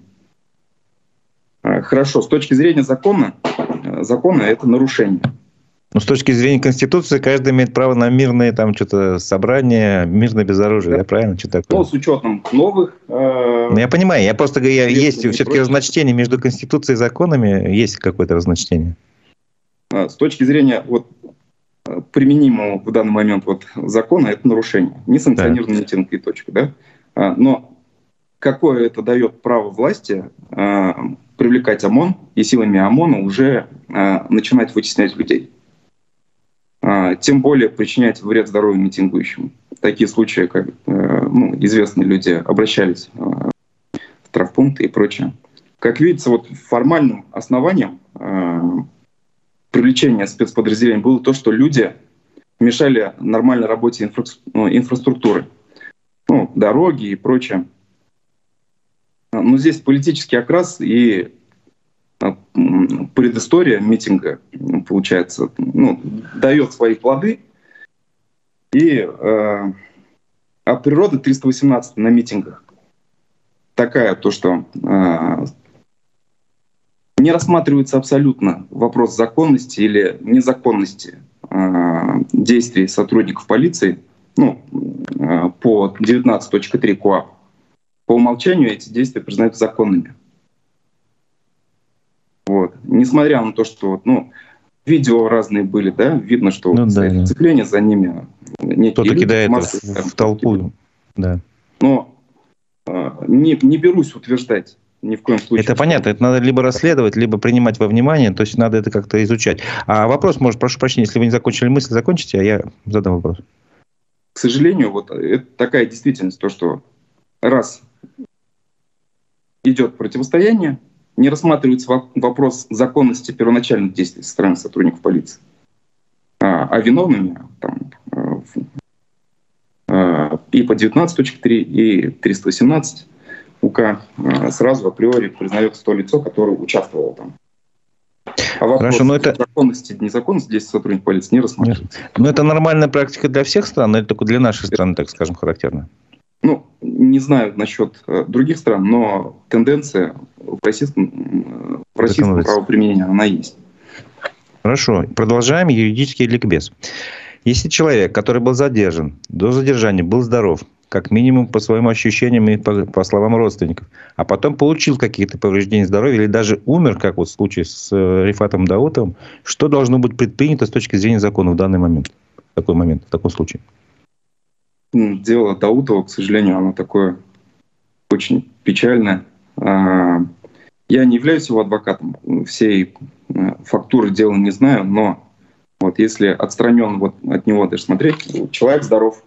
Хорошо, с точки зрения закона, закона это нарушение. Но с точки зрения Конституции, каждый имеет право на мирное там что-то собрание, мирно без оружия, да, да правильно? Что такое? Ну, с учетом новых... Э, ну, я понимаю, я просто говорю, есть все-таки разночтение между Конституцией и законами, есть какое-то разночтение. С точки зрения вот, применимого в данный момент вот, закона, это нарушение. Несанкционированный да. митинг и точка. Да? Но какое это дает право власти э, привлекать ОМОН и силами ОМОНа уже э, начинать вытеснять людей? Тем более причинять вред здоровью митингующим. Такие случаи, как ну, известные люди обращались в травмпункты и прочее. Как видится, вот формальным основанием привлечения спецподразделений было то, что люди мешали нормальной работе инфра... инфраструктуры, ну, дороги и прочее. Но здесь политический окрас и предыстория митинга, получается, ну, дает свои плоды. И, э, а природа триста восемнадцать на митингах такая, то, что э, не рассматривается абсолютно вопрос законности или незаконности э, действий сотрудников полиции, ну, э, по девятнадцать точка три КоАП. По умолчанию эти действия признаются законными. Вот. Несмотря на то, что ну, видео разные были, да, видно, что ну, да, да. сцепление за ними. Кто-то кидает массы, в, в толпу. Да. Но э, не, не берусь утверждать ни в коем случае. Это понятно, это надо либо расследовать, либо принимать во внимание, то есть надо это как-то изучать. А вопрос, может, прошу прощения, если вы не закончили мысль, закончите, а я задам вопрос. К сожалению, вот это такая действительность, то, что раз идет противостояние, не рассматривается вопрос законности первоначальных действий со стороны сотрудников полиции. А, а виновными там, э, и по девятнадцать точка три, и триста восемнадцать УК э, сразу априори признается то лицо, которое участвовало там. А вопрос Хорошо, но это... законности и незаконности действий сотрудников полиции не рассматривается. Но это нормальная практика для всех стран, или только для нашей страны, так скажем, характерна? Ну, не знаю насчет э, других стран, но тенденция в российском, в российском правоприменении, она есть. Хорошо. Продолжаем юридический ликбез. Если человек, который был задержан, до задержания был здоров, как минимум по своим ощущениям и по, по словам родственников, а потом получил какие-то повреждения здоровья или даже умер, как вот в случае с э, Рифатом Даутовым, что должно быть предпринято с точки зрения закона в данный момент, в такой момент, в таком случае? Дело Даутова, к сожалению, оно такое очень печальное. Я не являюсь его адвокатом, всей фактуры дела не знаю, но Вот, если отстранен вот от него даже смотреть, человек здоров.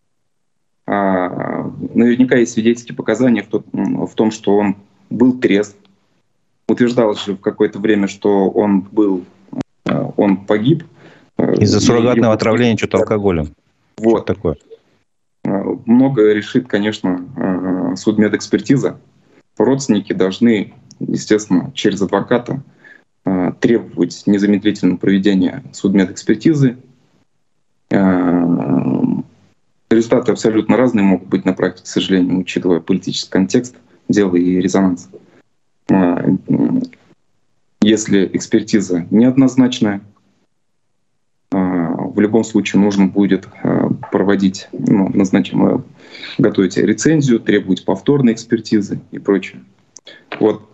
А, наверняка есть свидетельские показания в, тот, в том, что он был трезв. Утверждалось же в какое-то время, что он был, он погиб. Из-за суррогатного отравления что-то алкоголем. Вот. Что такое? Многое решит, конечно, судмедэкспертиза. Родственники должны, естественно, через адвоката требовать незамедлительного проведения судмедэкспертизы. Результаты абсолютно разные могут быть на практике, к сожалению, учитывая политический контекст дела и резонанс. Если экспертиза неоднозначная, в любом случае нужно будет проводить, ну, назначим, готовить рецензию, требовать повторной экспертизы и прочее. Вот.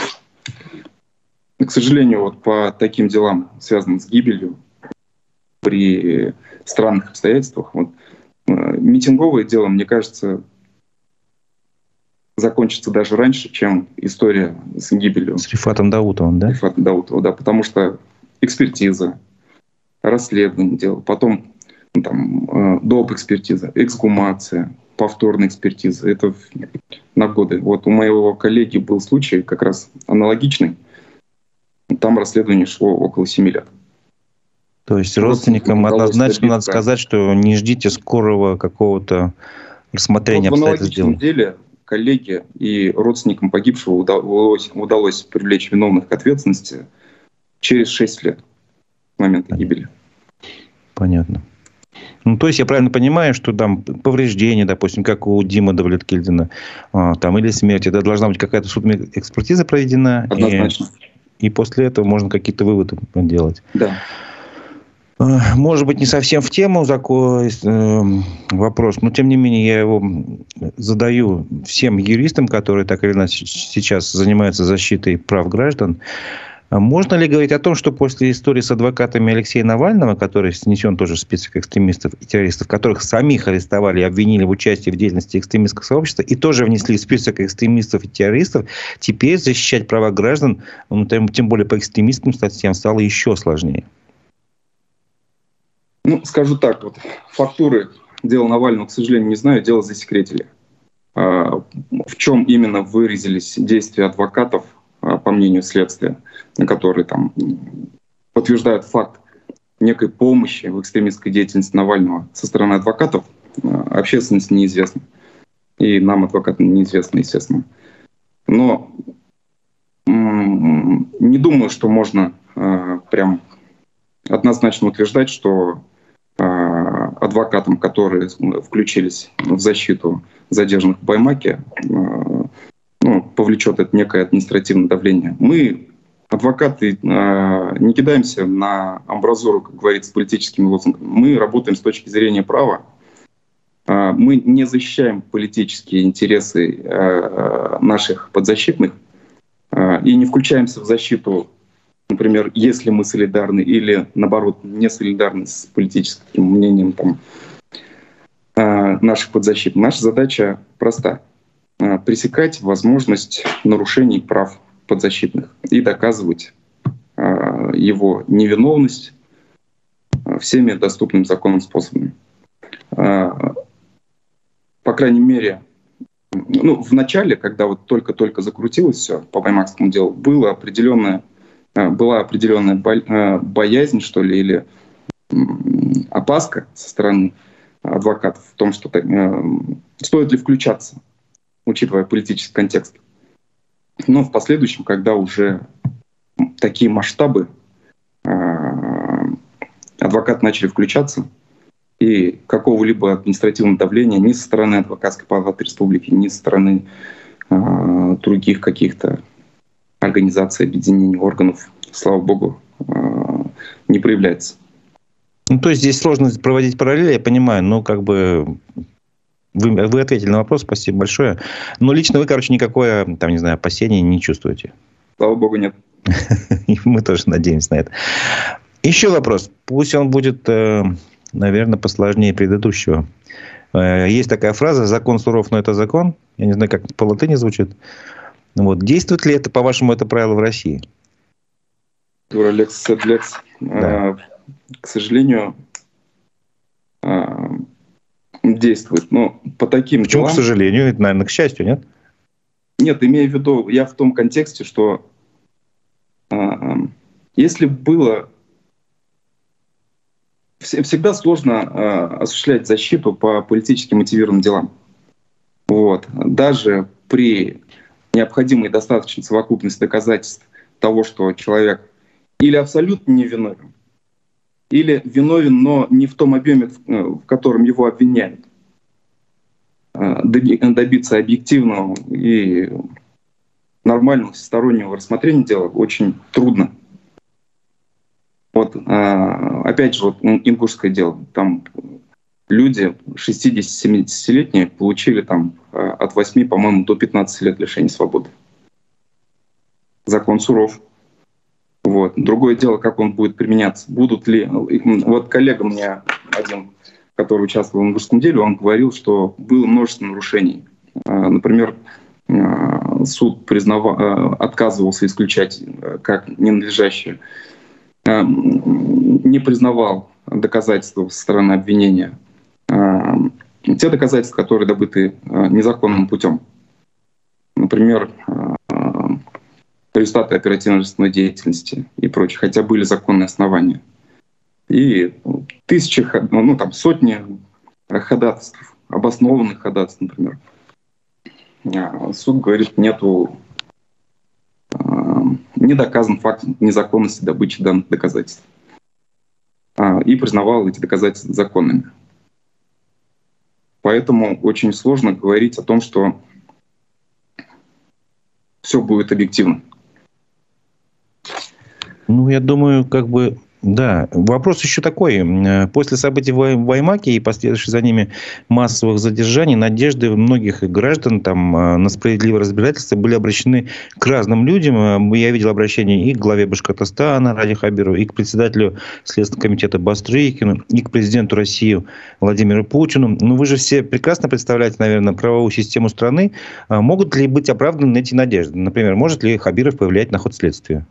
К сожалению, вот по таким делам, связанным с гибелью, при странных обстоятельствах, вот, митинговое дело, мне кажется, закончится даже раньше, чем история с гибелью. С Рифатом Даутовым, да? Рифатом Даутовым, да, потому что экспертиза, расследование дела, потом ну, там, доп. Экспертиза, эксгумация, повторная экспертиза. Это на годы. Вот у моего коллеги был случай как раз аналогичный. Там расследование шло около семи лет. То есть родственникам однозначно надо сказать, что не ждите скорого какого-то рассмотрения вот обстоятельств дела. В аналогичном деле коллеге и родственникам погибшего удалось, удалось привлечь виновных к ответственности через шесть лет с момента гибели. Понятно. Ну, то есть я правильно понимаю, что там повреждения, допустим, как у Димы Давлеткильдина, а, там, или смерть, это должна быть какая-то судмедэкспертиза проведена. Однозначно. И, и после этого можно какие-то выводы делать. Да. Может быть, не совсем в тему закон, э, вопрос, но тем не менее я его задаю всем юристам, которые так или иначе сейчас занимаются защитой прав граждан. Можно ли говорить о том, что после истории с адвокатами Алексея Навального, который снесен тоже в список экстремистов и террористов, которых самих арестовали и обвинили в участии в деятельности экстремистского сообщества, и тоже внесли в список экстремистов и террористов, теперь защищать права граждан, ну, тем более по экстремистским статьям, стало еще сложнее? Ну, скажу так, вот фактуры дела Навального, к сожалению, не знаю, дело засекретили. В чем именно выразились действия адвокатов, по мнению следствия, которые там подтверждают факт некой помощи в экстремистской деятельности Навального со стороны адвокатов, общественности неизвестно. И нам, адвокатам, неизвестно, естественно. Но не думаю, что можно прям однозначно утверждать, что адвокатам, которые включились в защиту задержанных в Баймаке, ну, повлечет это некое административное давление. Мы, адвокаты, не кидаемся на амбразуру, как говорится, с политическими лозунгами. Мы работаем с точки зрения права. Мы не защищаем политические интересы наших подзащитных и не включаемся в защиту, например, если мы солидарны или, наоборот, не солидарны с политическим мнением там, наших подзащитных. Наша задача проста — пресекать возможность нарушений прав подзащитных и доказывать его невиновность всеми доступными законом способами. По крайней мере, ну, в начале, когда вот только-только закрутилось все по баймакскому делу, было определенное была определенная боязнь, что ли, или опаска со стороны адвокатов в том, что стоит ли включаться, учитывая политический контекст. Но в последующем, когда уже такие масштабы, адвокаты начали включаться, и какого-либо административного давления ни со стороны адвокатской палаты республики, ни со стороны других каких-то организаций, объединений, органов, слава богу, не проявляется. Ну, то есть здесь сложно проводить параллели, я понимаю, но как бы вы, вы ответили на вопрос, спасибо большое. Но лично вы, короче, никакое, там, не знаю, опасения не чувствуете. Слава богу, нет. Мы тоже надеемся на это. Еще вопрос. Пусть он будет, наверное, посложнее предыдущего. Есть такая фраза: закон суров, но это закон. Я не знаю, как по латыни звучит. Вот. Действует ли это, по-вашему, это правило в России? Дуралекс, седлекс. Да. к сожалению, действует. Но по таким Почему, делам... к сожалению? Это, наверное, к счастью, нет? Нет, имею в виду, я в том контексте, что если было... Всегда сложно осуществлять защиту по политически мотивированным делам. Вот. Даже при необходимой достаточной совокупности доказательств того, что человек или абсолютно невиновен, или виновен, но не в том объеме, в котором его обвиняют, добиться объективного и нормального всестороннего рассмотрения дела очень трудно. Вот, опять же, вот ингушское дело. Там люди шестидесяти-семидесятилетние получили там от восьми, по-моему, до пятнадцати лет лишения свободы. Закон суров. Вот. Другое дело, как он будет применяться. Будут ли... Вот коллега мне один, который участвовал в ингушском деле, он говорил, что было множество нарушений. Например, суд признавал, отказывался исключать как ненадлежащее, не признавал доказательства со стороны обвинения, те доказательства, которые добыты незаконным путем. Например, результаты оперативно-розыскной деятельности и прочее, хотя были законные основания. И тысячи, ну там сотни ходатайств, обоснованных ходатайств, например. Суд говорит, нету, не доказан факт незаконности добычи данных доказательств. И признавал эти доказательства законными. Поэтому очень сложно говорить о том, что все будет объективно. Ну, я думаю, как бы, да. Вопрос еще такой. После событий в Баймаке и последующих за ними массовых задержаний, надежды многих граждан там, на справедливое разбирательство были обращены к разным людям. Я видел обращение и к главе Башкортостана Ради Хабирову, и к председателю Следственного комитета Бастрыкину, и к президенту России Владимиру Путину. Ну, вы же все прекрасно представляете, наверное, правовую систему страны. Могут ли быть оправданы эти надежды? Например, может ли Хабиров повлиять на ход следствия?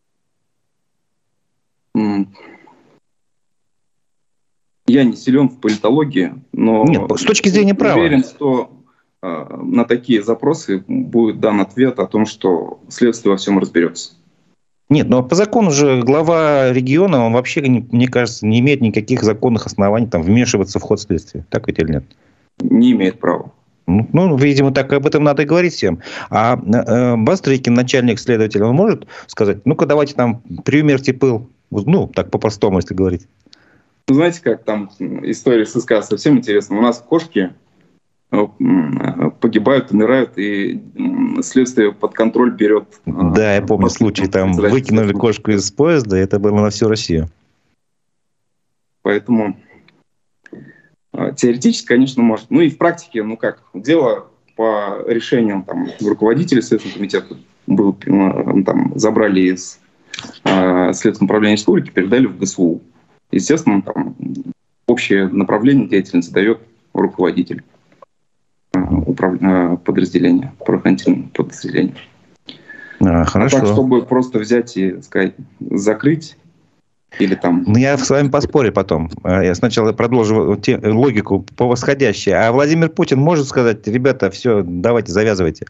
Я не силен в политологии, но Нет, с точки зрения права. Уверен, что э, на такие запросы будет дан ответ о том, что следствие во всем разберется. Нет, но по закону же глава региона, он вообще, мне кажется, не имеет никаких законных оснований там, вмешиваться в ход следствия. Так ведь или нет? Не имеет права. Ну, видимо, так об этом надо и говорить всем. А э, Бастрыкин, начальник следователя, он может сказать, ну-ка, давайте там приумерьте пыл. Ну, так по-простому, если говорить. Знаете, как там история с СК совсем интересна. У нас кошки погибают, умирают, и следствие под контроль берет. Да, я помню случай. Там выкинули кошку из поезда, и это было на всю Россию. Поэтому теоретически, конечно, может. Ну и в практике, ну как, дело по решению там, руководителя Следственного комитета был, там, забрали из э, Следственного управления республики, передали в ГСУ. Естественно, там, общее направление деятельности дает руководитель э, управ... э, подразделения, правоохранительного подразделения. А, хорошо. А так, чтобы просто взять и сказать, закрыть, или там... Ну, я с вами поспорю потом. Я сначала продолжу те, логику по восходящей. А Владимир Путин может сказать, ребята, все, давайте, завязывайте?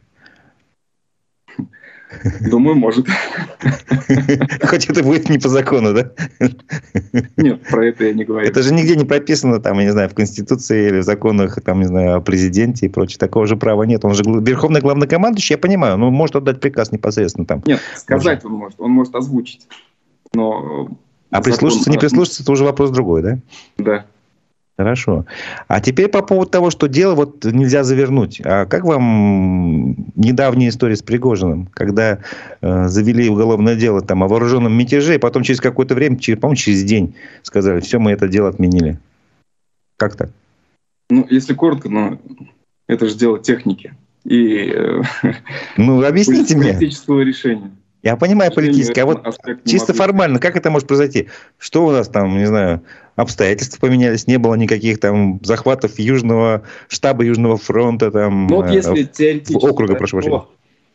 Думаю, может. Хоть это будет не по закону, да? Нет, про это я не говорю. Это же нигде не прописано, там, я не знаю, в Конституции или в законах, там, не знаю, о президенте и прочее. Такого же права нет. Он же верховный главнокомандующий, я понимаю, но может отдать приказ непосредственно там. Нет, сказать он может, он может озвучить. Но... А прислушаться, не прислушаться, это уже вопрос другой, да? Да. Хорошо. А теперь по поводу того, что дело вот нельзя завернуть. А как вам недавняя история с Пригожиным, когда э, завели уголовное дело там, о вооруженном мятеже, и потом через какое-то время, через, по-моему, через день сказали, все, мы это дело отменили. Как так? Ну, если коротко, но это же дело техники. И э, ну, объясните мне. Политического решения. Я понимаю политически, а вот чисто формально, как это может произойти? Что у нас там, не знаю, обстоятельства поменялись, не было никаких там захватов Южного штаба Южного фронта, там, ну, вот если теоретически, округа, прошу прощения.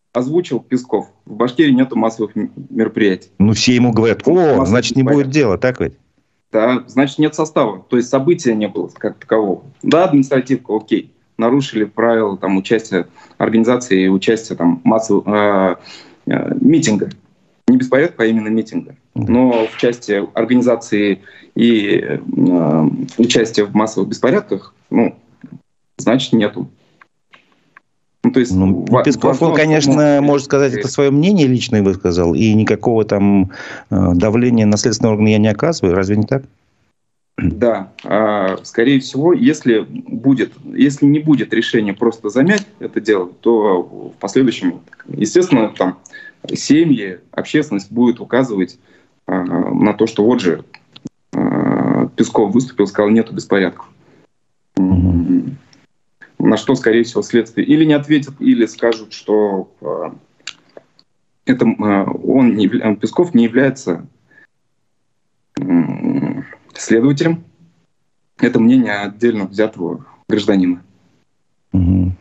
озвучил Песков. В Башкирии нету массовых мероприятий. Ну, все ему говорят, о, значит, не будет дела, так ведь? Да, значит, нет состава. То есть события не было как такового. Да, административка, окей. Нарушили правила там, участия организации и участия там, массового э, э, митинга. Не беспорядка, а именно митинга. Но в части организации и э, участия в массовых беспорядках, ну, значит, нету. Ну, то есть, ну, Песков, он, конечно, ну, может сказать, это свое мнение личное высказал, и никакого там э, давления на следственные органы я не оказываю. Разве не так? Да. А, скорее всего, если, будет, если не будет решения просто замять это дело, то в последующем, естественно, там семьи, общественность будет указывать а, на то, что вот же а, Песков выступил, сказал, нету беспорядков. Mm-hmm. На что, скорее всего, следствие или не ответят, или скажут, что э, это, э, он не, Песков не является э, следователем. Это мнение отдельно взятого гражданина. Угу.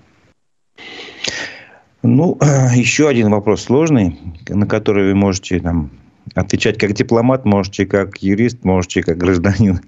Ну, еще один вопрос сложный, на который вы можете там, отвечать как дипломат, можете как юрист, можете как гражданин.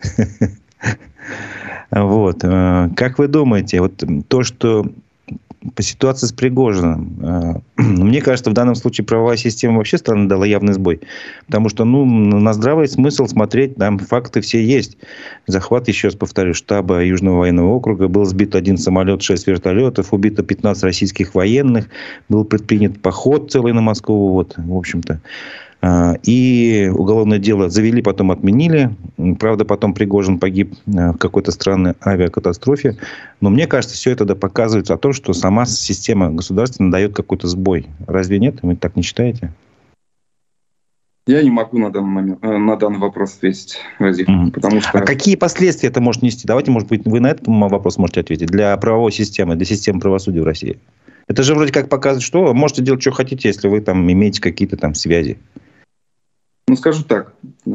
Вот. Как вы думаете, вот то, что по ситуации с Пригожиным, мне кажется, в данном случае правовая система вообще страны дала явный сбой. Потому что, ну, на здравый смысл смотреть, там факты все есть. Захват, еще раз повторю, штаба Южного военного округа. Был сбит один самолет, шесть вертолетов, убито пятнадцать российских военных. Был предпринят поход целый на Москву. Вот, в общем-то. И уголовное дело завели, потом отменили. Правда, потом Пригожин погиб в какой-то странной авиакатастрофе. Но мне кажется, все это показывает о том, что сама система государственная дает какой-то сбой. Разве нет? Вы так не считаете? Я не могу на данный момент, на данный вопрос ответить, Разиф, mm-hmm. потому что... А какие последствия это может нести? Давайте, может быть, вы на этот вопрос можете ответить. Для правовой системы, для системы правосудия в России. Это же вроде как показывает, что можете делать, что хотите, если вы там имеете какие-то там связи. Ну, скажу так.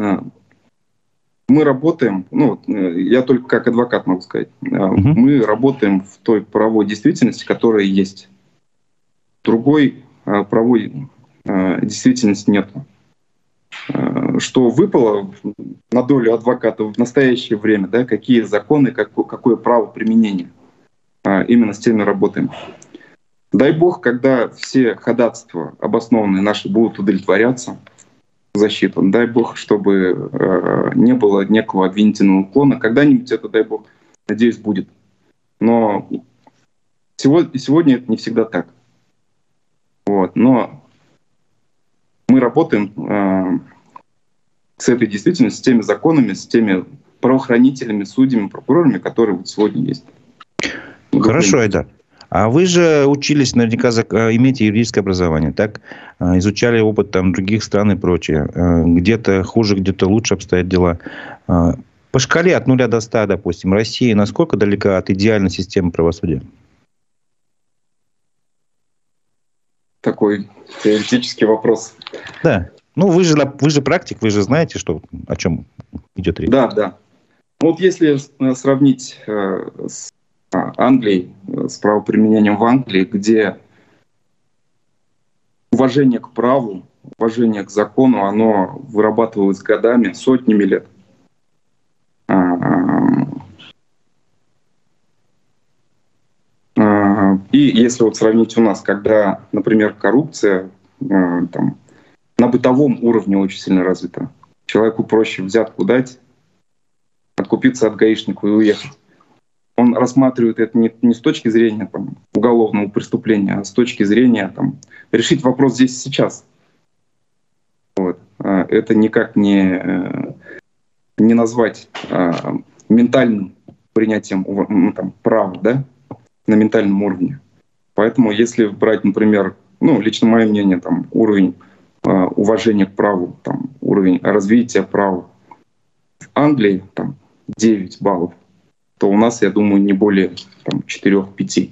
Мы работаем, ну, я только как адвокат могу сказать, угу. мы работаем в той правовой действительности, которая есть. Другой правовой действительности нет. Что выпало на долю адвоката в настоящее время, да, какие законы, какое право применения. Именно с теми работаем. Дай бог, когда все ходатайства обоснованные наши будут удовлетворяться, защиту. Дай бог, чтобы э, не было некого обвинительного уклона. Когда-нибудь это, дай бог, надеюсь, будет. Но сегодня, сегодня это не всегда так. Вот. Но мы работаем э, с этой действительностью, с теми законами, с теми правоохранителями, судьями, прокурорами, которые вот сегодня есть. Хорошо, Айдар. А вы же учились, наверняка, имеете юридическое образование, так? Изучали опыт там, других стран и прочее. Где-то хуже, где-то лучше обстоят дела. По шкале от нуля до ста, допустим, Россия насколько далека от идеальной системы правосудия? Такой теоретический вопрос. Да. Ну, вы же, вы же практик, вы же знаете, что, о чем идет речь. Да, да. Вот если сравнить с Англией, с правоприменением в Англии, где уважение к праву, уважение к закону, оно вырабатывалось годами, сотнями лет. И если вот сравнить у нас, когда, например, коррупция там, на бытовом уровне очень сильно развита, человеку проще взятку дать, откупиться от гаишника и уехать. Он рассматривает это не, не с точки зрения там, уголовного преступления, а с точки зрения там, решить вопрос здесь и сейчас. Вот. Это никак не, не назвать а, ментальным принятием ну, там, права, да, на ментальном уровне. Поэтому если брать, например, ну, лично мое мнение, там, уровень а, уважения к праву, там, уровень развития права в Англии там, девять баллов, то у нас, я думаю, не более четыре-пять.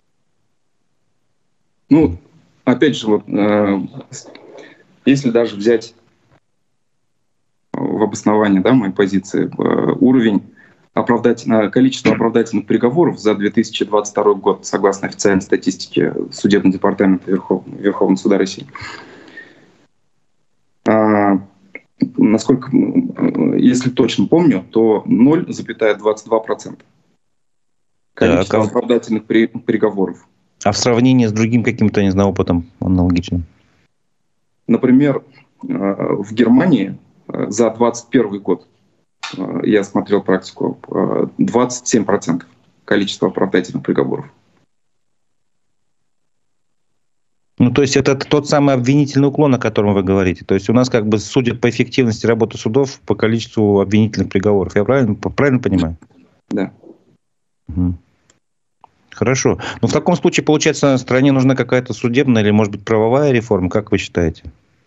Ну, опять же, вот, э, если даже взять в обосновании да, моей позиции э, уровень оправдательное, количество оправдательных приговоров за две тысячи двадцать второй год, согласно официальной статистике Судебного департамента Верховного, Верховного суда России. А, насколько, если точно помню, то ноль целых двадцать два сотых процента количество так, оправдательных при, приговоров. А в сравнении с другим каким-то, не знаю, опытом аналогичным? Например, в Германии за двадцать первый год, я смотрел практику, двадцать семь процентов количества оправдательных приговоров. Ну, то есть это тот самый обвинительный уклон, о котором вы говорите. То есть у нас как бы судят по эффективности работы судов по количеству обвинительных приговоров. Я правильно, правильно понимаю? Да. Угу. Хорошо. Но в таком случае, получается, стране нужна какая-то судебная или, может быть, правовая реформа. Как вы считаете?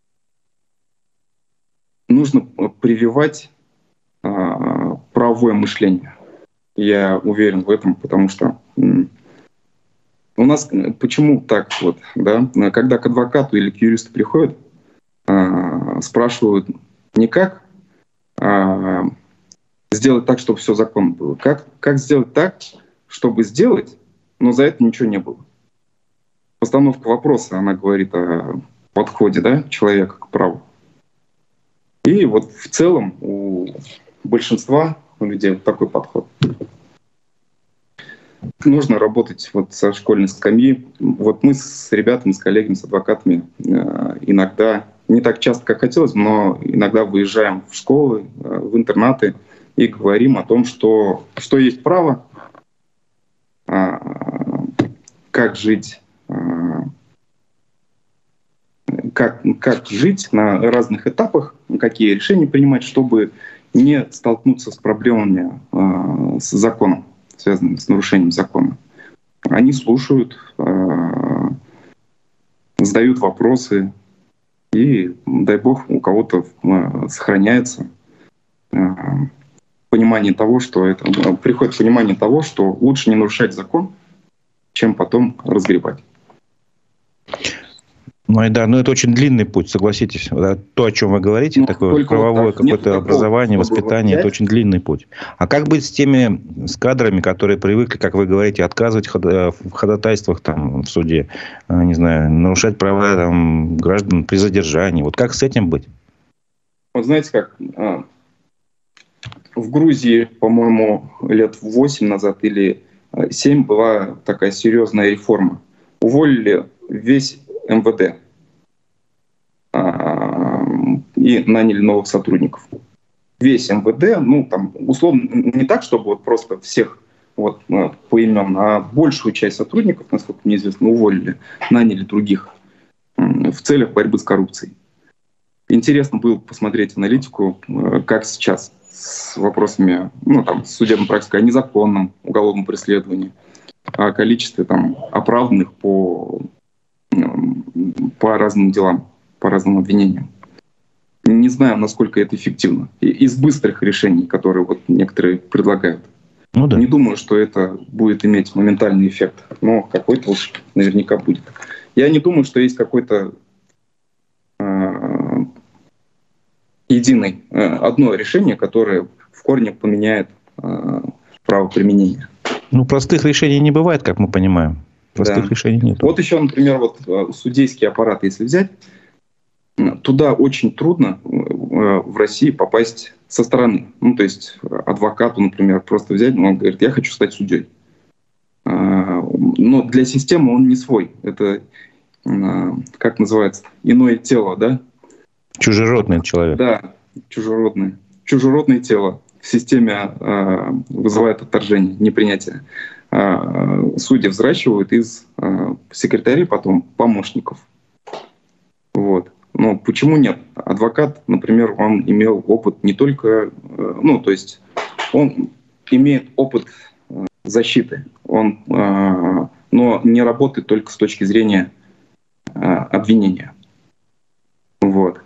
Нужно прививать а, правовое мышление. Я уверен в этом, потому что м, у нас почему так вот, да? Когда к адвокату или к юристу приходят, а, спрашивают не как а, сделать так, чтобы все законно было, как, как сделать так, чтобы сделать, но за это ничего не было. Постановка вопроса, она говорит о подходе, да, человека к праву. И вот в целом у большинства людей вот такой подход. Нужно работать вот со школьной скамьи. Вот мы с ребятами, с коллегами, с адвокатами э, иногда, не так часто, как хотелось, но иногда выезжаем в школы, э, в интернаты и говорим о том, что, что есть право, э, как жить, э, как, как жить на разных этапах, какие решения принимать, чтобы не столкнуться с проблемами э, с законом, связанными с нарушением закона. Они слушают, э, задают вопросы, и, дай бог, у кого-то э, сохраняется э, понимание того, что это, э, приходит понимание того, что лучше не нарушать закон, чем потом разгребать. Ну, и да, но это очень длинный путь, согласитесь. То, о чем вы говорите, ну, такое правовое вот какое-то образование, воспитание, это очень длинный путь. А как быть с теми, с кадрами, которые привыкли, как вы говорите, отказывать в ходатайствах там, в суде, не знаю, нарушать права там, граждан при задержании? Вот как с этим быть? Вот знаете как, в Грузии, по-моему, лет восемь назад или семь была такая серьезная реформа. Уволили весь эм вэ дэ и наняли новых сотрудников. Весь эм вэ дэ, ну, там, условно, не так, чтобы вот просто всех вот, поименно, а большую часть сотрудников, насколько мне известно, уволили, наняли других в целях борьбы с коррупцией. Интересно было посмотреть аналитику, как сейчас с вопросами, ну, там, судебной практики о незаконном уголовном преследовании, о количестве там оправданных по по разным делам, по разным обвинениям. Не знаю, насколько это эффективно. Из быстрых решений, которые вот некоторые предлагают. Ну, да. Не думаю, что это будет иметь моментальный эффект, но какой-то уж наверняка будет. Я не думаю, что есть какой-то э, единый, э, одно решение, которое в корне поменяет э, право применения. Ну, простых решений не бывает, как мы понимаем. Простых да. решений нет. Вот еще, например, вот судейский аппарат, если взять, туда очень трудно в России попасть со стороны. Ну, то есть адвокату, например, просто взять, он говорит, я хочу стать судьей. Но для системы он не свой. Это, как называется, иное тело, да? Чужеродный человек. Да, чужеродное. Чужеродное тело в системе вызывает отторжение, непринятие. Судьи взращивают из секретарей, потом помощников. Вот. Но почему нет? Адвокат, например, он имел опыт не только... Ну, то есть он имеет опыт защиты, он, но не работает только с точки зрения обвинения. Вот.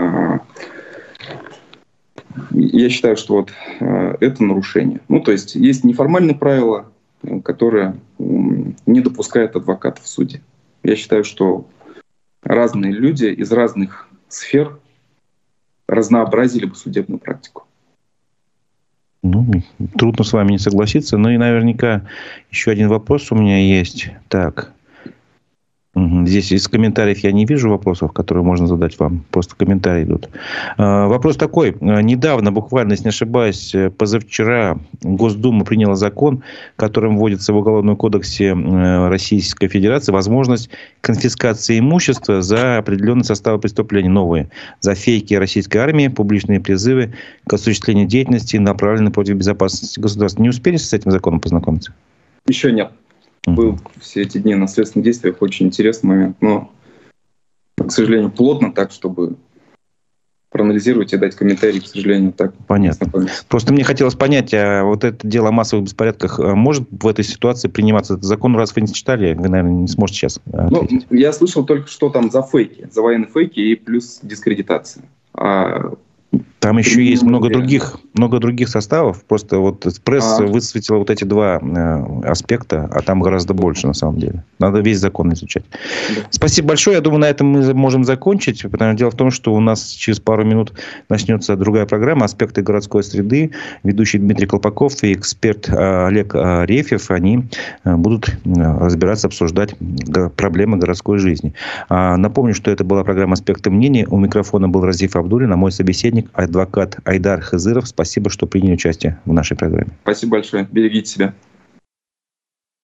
Я считаю, что вот это нарушение. Ну, то есть есть неформальные правила, которая не допускает адвоката в суде. Я считаю, что разные люди из разных сфер разнообразили бы судебную практику. Ну, трудно с вами не согласиться. Ну и наверняка еще один вопрос у меня есть. Так. Здесь из комментариев я не вижу вопросов, которые можно задать вам. Просто комментарии идут. Вопрос такой. Недавно, буквально, если не ошибаюсь, позавчера Госдума приняла закон, которым вводится в Уголовном кодексе Российской Федерации возможность конфискации имущества за определенные составы преступлений новые. За фейки российской армии, публичные призывы к осуществлению деятельности, направленные против безопасности государства. Не успели с этим законом познакомиться? Еще нет. Был все эти дни на следственных действиях, очень интересный момент, но, к сожалению, плотно так, чтобы проанализировать и дать комментарии, к сожалению, так. Понятно. Просто мне хотелось понять, а вот это дело о массовых беспорядках может в этой ситуации приниматься? Этот закон, раз вы не читали, вы, наверное, не сможете сейчас ответить. Ну, я слышал только, что там за фейки, за военные фейки и плюс дискредитация. А там еще есть много других, много других составов. Просто вот пресса а. высветила вот эти два э, аспекта, а там гораздо больше на самом деле. Надо весь закон изучать. Да. Спасибо большое. Я думаю, на этом мы можем закончить. Потому что дело в том, что у нас через пару минут начнется другая программа «Аспекты городской среды». Ведущий Дмитрий Колпаков и эксперт Олег Рефьев, они будут разбираться, обсуждать проблемы городской жизни. Напомню, что это была программа «Аспекты мнений». У микрофона был Разиф Абдуллин, а мой собеседник адвокат Айдар Хызыров. Спасибо, что приняли участие в нашей программе. Спасибо большое. Берегите себя.